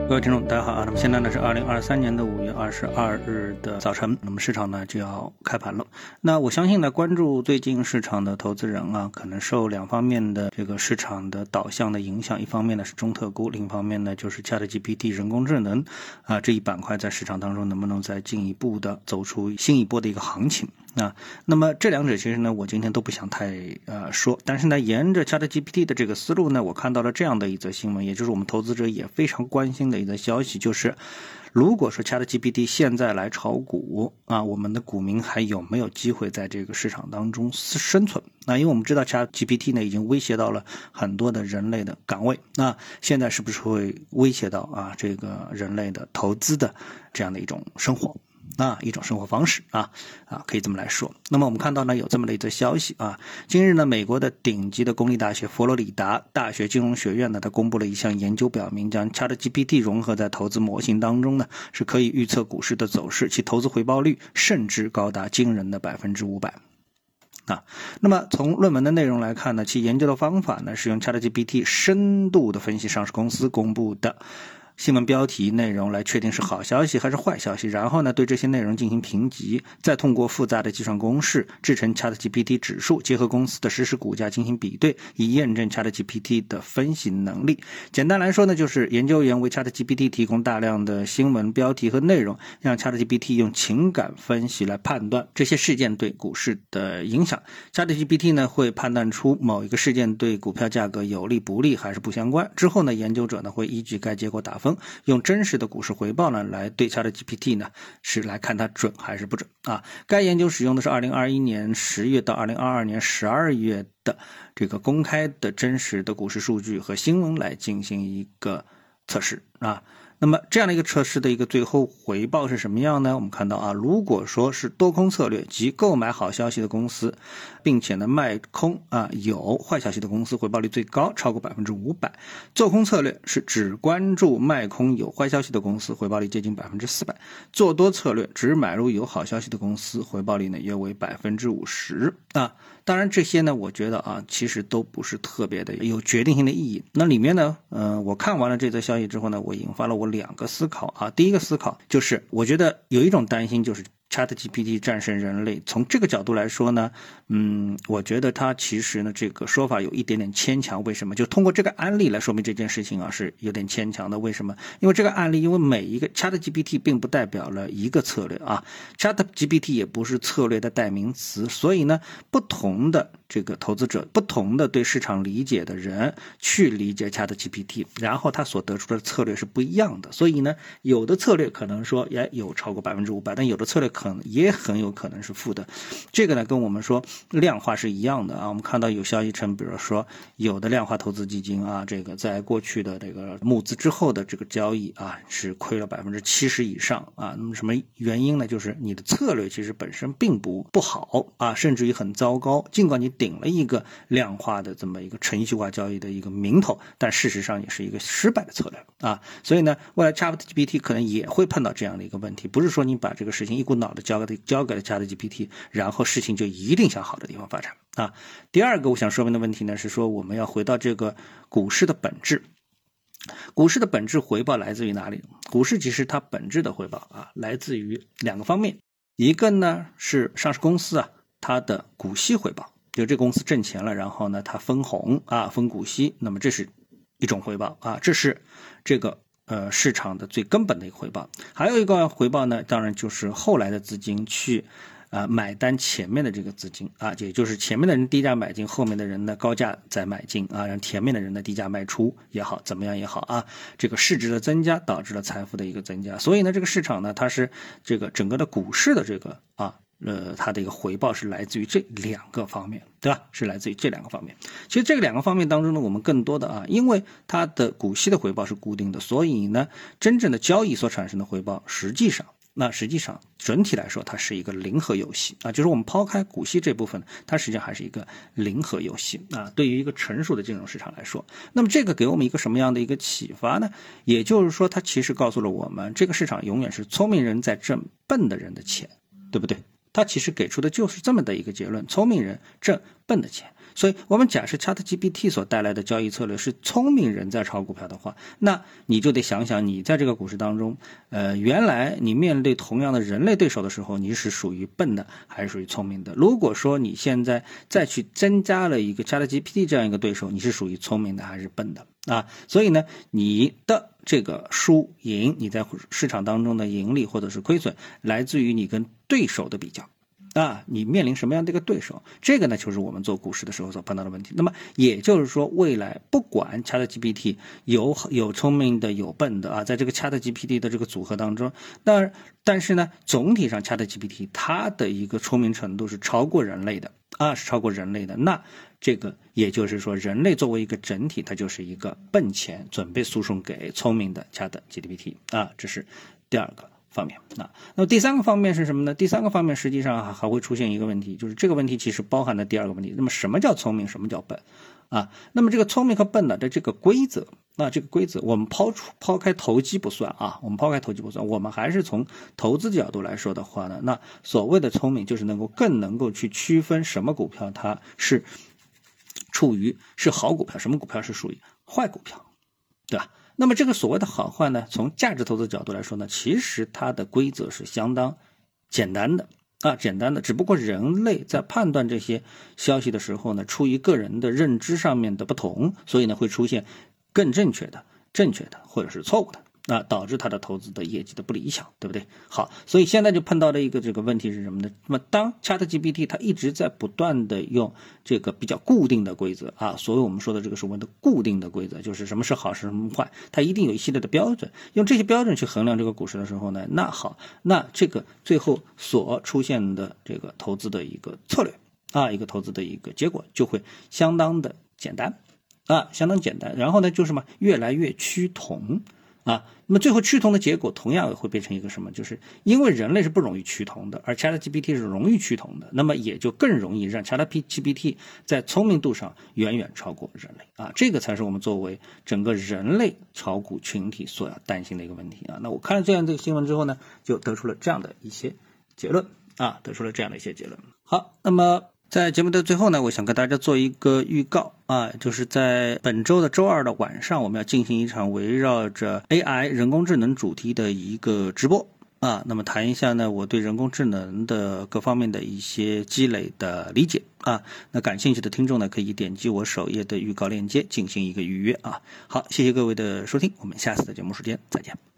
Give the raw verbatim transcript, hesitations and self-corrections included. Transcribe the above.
各位听众大家好啊，那么现在呢是二零二三年的五月二十二日的早晨，那么市场呢就要开盘了。那我相信呢，关注最近市场的投资人啊，可能受两方面的这个市场的导向的影响，一方面呢是中特估，另一方面呢就是 ChatGPT 人工智能啊这一板块在市场当中能不能再进一步的走出新一波的一个行情啊。那么这两者其实呢我今天都不想太呃说，但是呢沿着 ChatGPT 的这个思路呢，我看到了这样的一则新闻，也就是我们投资者也非常关心的一则消息，就是如果说 ChatGPT 现在来炒股啊，我们的股民还有没有机会在这个市场当中生存？那因为我们知道 ChatGPT 呢已经威胁到了很多的人类的岗位，那现在是不是会威胁到啊这个人类的投资的这样的一种生活？啊，一种生活方式啊啊，可以这么来说。那么我们看到呢，有这么的一则消息啊，今日呢，美国的顶级的公立大学佛罗里达大学金融学院呢，它公布了一项研究，表明将 ChatGPT 融合在投资模型当中呢，是可以预测股市的走势，其投资回报率甚至高达惊人的百分之五百。啊，那么从论文的内容来看呢，其研究的方法呢，是用 ChatGPT 深度的分析上市公司公布的新闻标题内容来确定是好消息还是坏消息，然后呢对这些内容进行评级，再通过复杂的计算公式制成 ChatGPT 指数，结合公司的实时股价进行比对，以验证 ChatGPT 的分析能力。简单来说呢，就是研究员为 ChatGPT 提供大量的新闻标题和内容，让 ChatGPT 用情感分析来判断这些事件对股市的影响。 ChatGPT 呢会判断出某一个事件对股票价格有利不利还是不相关，之后呢研究者呢会依据该结果打分，用真实的股市回报呢来对 ChatGPT 呢是来看它准还是不准啊。该研究使用的是二零二一年十月到二零二二年十二月的这个公开的真实的股市数据和新闻来进行一个测试啊。那么这样的一个测试的一个最后回报是什么样呢？我们看到啊，如果说是多空策略即购买好消息的公司，并且呢卖空啊有坏消息的公司，回报率最高，超过百分之五百。做空策略是只关注卖空有坏消息的公司，回报率接近百分之四百。做多策略只买入有好消息的公司，回报率呢约为百分之五十啊。当然这些呢我觉得啊其实都不是特别的有决定性的意义。那里面呢呃我看完了这则消息之后呢，我引发了我两个思考啊。第一个思考就是我觉得有一种担心，就是ChatGPT 战胜人类，从这个角度来说呢，嗯，我觉得它其实呢这个说法有一点点牵强。为什么？就通过这个案例来说明这件事情啊是有点牵强的。为什么？因为这个案例，因为每一个 ChatGPT 并不代表了一个策略啊 ，ChatGPT 也不是策略的代名词，所以呢，不同的这个投资者，不同的对市场理解的人去理解 ChatGPT， 然后他所得出的策略是不一样的。所以呢，有的策略可能说也有超过百分之五百，但有的策略可能也很有可能是负的。这个呢跟我们说量化是一样的啊。我们看到有消息称，比如说有的量化投资基金啊，这个在过去的这个募资之后的这个交易啊是亏了百分之七十以上啊。那么什么原因呢？就是你的策略其实本身并不不好啊，甚至于很糟糕。尽管你顶了一个量化的这么一个程序化交易的一个名头，但事实上也是一个失败的策略啊。所以呢，未来 ChatGPT 可能也会碰到这样的一个问题，不是说你把这个事情一股脑的交给交给了 ChatGPT， 然后事情就一定向好的地方发展啊。第二个我想说明的问题呢，是说我们要回到这个股市的本质。股市的本质回报来自于哪里？股市其实它本质的回报啊，来自于两个方面。一个呢是上市公司啊它的股息回报，就这公司挣钱了，然后呢它分红啊分股息，那么这是一种回报啊，这是这个呃市场的最根本的一个回报。还有一个回报呢，当然就是后来的资金去啊、呃、买单前面的这个资金啊，也就是前面的人低价买进，后面的人呢高价再买进啊，让前面的人呢低价卖出也好，怎么样也好啊，这个市值的增加导致了财富的一个增加。所以呢这个市场呢它是这个整个的股市的这个啊呃，它的一个回报是来自于这两个方面，对吧？是来自于这两个方面。其实这个两个方面当中呢，我们更多的啊，因为它的股息的回报是固定的，所以呢，真正的交易所产生的回报，实际上，那实际上整体来说，它是一个零和游戏啊，就是我们抛开股息这部分，它实际上还是一个零和游戏啊。对于一个成熟的金融市场来说，那么这个给我们一个什么样的一个启发呢？也就是说，它其实告诉了我们，这个市场永远是聪明人在挣笨的人的钱，对不对？他其实给出的就是这么的一个结论，聪明人挣笨的钱。 所以我们假设 ChatGPT 所带来的交易策略是聪明人在炒股票的话，那你就得想想你在这个股市当中，呃，原来你面对同样的人类对手的时候，你是属于笨的还是属于聪明的？如果说你现在再去增加了一个 ChatGPT 这样一个对手，你是属于聪明的还是笨的啊？所以呢，你的这个输赢，你在市场当中的盈利或者是亏损，来自于你跟对手的比较。啊，你面临什么样的一个对手？这个呢，就是我们做股市的时候所碰到的问题。那么也就是说，未来不管 ChatGPT 有有聪明的有笨的啊，在这个 ChatGPT 的这个组合当中，但但是呢，总体上 ChatGPT 它的一个聪明程度是超过人类的啊，是超过人类的。那这个也就是说，人类作为一个整体，它就是一个笨钱，准备输送给聪明的 ChatGPT 啊，这是第二个方面啊。那么第三个方面是什么呢？第三个方面实际上还会出现一个问题，就是这个问题其实包含了第二个问题。那么什么叫聪明，什么叫笨啊？那么这个聪明和笨的这个规则啊，这个规则我们抛出抛开投机不算啊，我们抛开投机不算，我们还是从投资角度来说的话呢，那所谓的聪明就是能够更能够去区分什么股票它是处于是好股票，什么股票是属于坏股票，对吧？那么这个所谓的好坏呢，从价值投资角度来说呢，其实它的规则是相当简单的啊，简单的，只不过人类在判断这些消息的时候呢，出于个人的认知上面的不同，所以呢会出现更正确的、正确的或者是错误的。那导致它的投资的业绩的不理想，对不对？好，所以现在就碰到的一个这个问题是什么呢？那么当 ChatGPT 它一直在不断的用这个比较固定的规则啊，所以我们说的这个所谓的固定的规则，就是什么是好，什么坏，它一定有一系列的标准，用这些标准去衡量这个股市的时候呢，那好，那这个最后所出现的这个投资的一个策略啊，一个投资的一个结果就会相当的简单啊，相当简单，然后呢就是什么越来越趋同。啊，那么最后趋同的结果同样会变成一个什么？就是因为人类是不容易趋同的，而 ChatGPT 是容易趋同的，那么也就更容易让 ChatGPT 在聪明度上远远超过人类啊，这个才是我们作为整个人类炒股群体所要担心的一个问题啊。那我看了这样这个新闻之后呢，就得出了这样的一些结论啊，得出了这样的一些结论。好，那么在节目的最后呢，我想跟大家做一个预告啊，就是在本周的周二的晚上，我们要进行一场围绕着 A I 人工智能主题的一个直播啊，那么谈一下呢我对人工智能的各方面的一些积累的理解啊，那感兴趣的听众呢可以点击我首页的预告链接进行一个预约啊。好，谢谢各位的收听，我们下次的节目时间再见。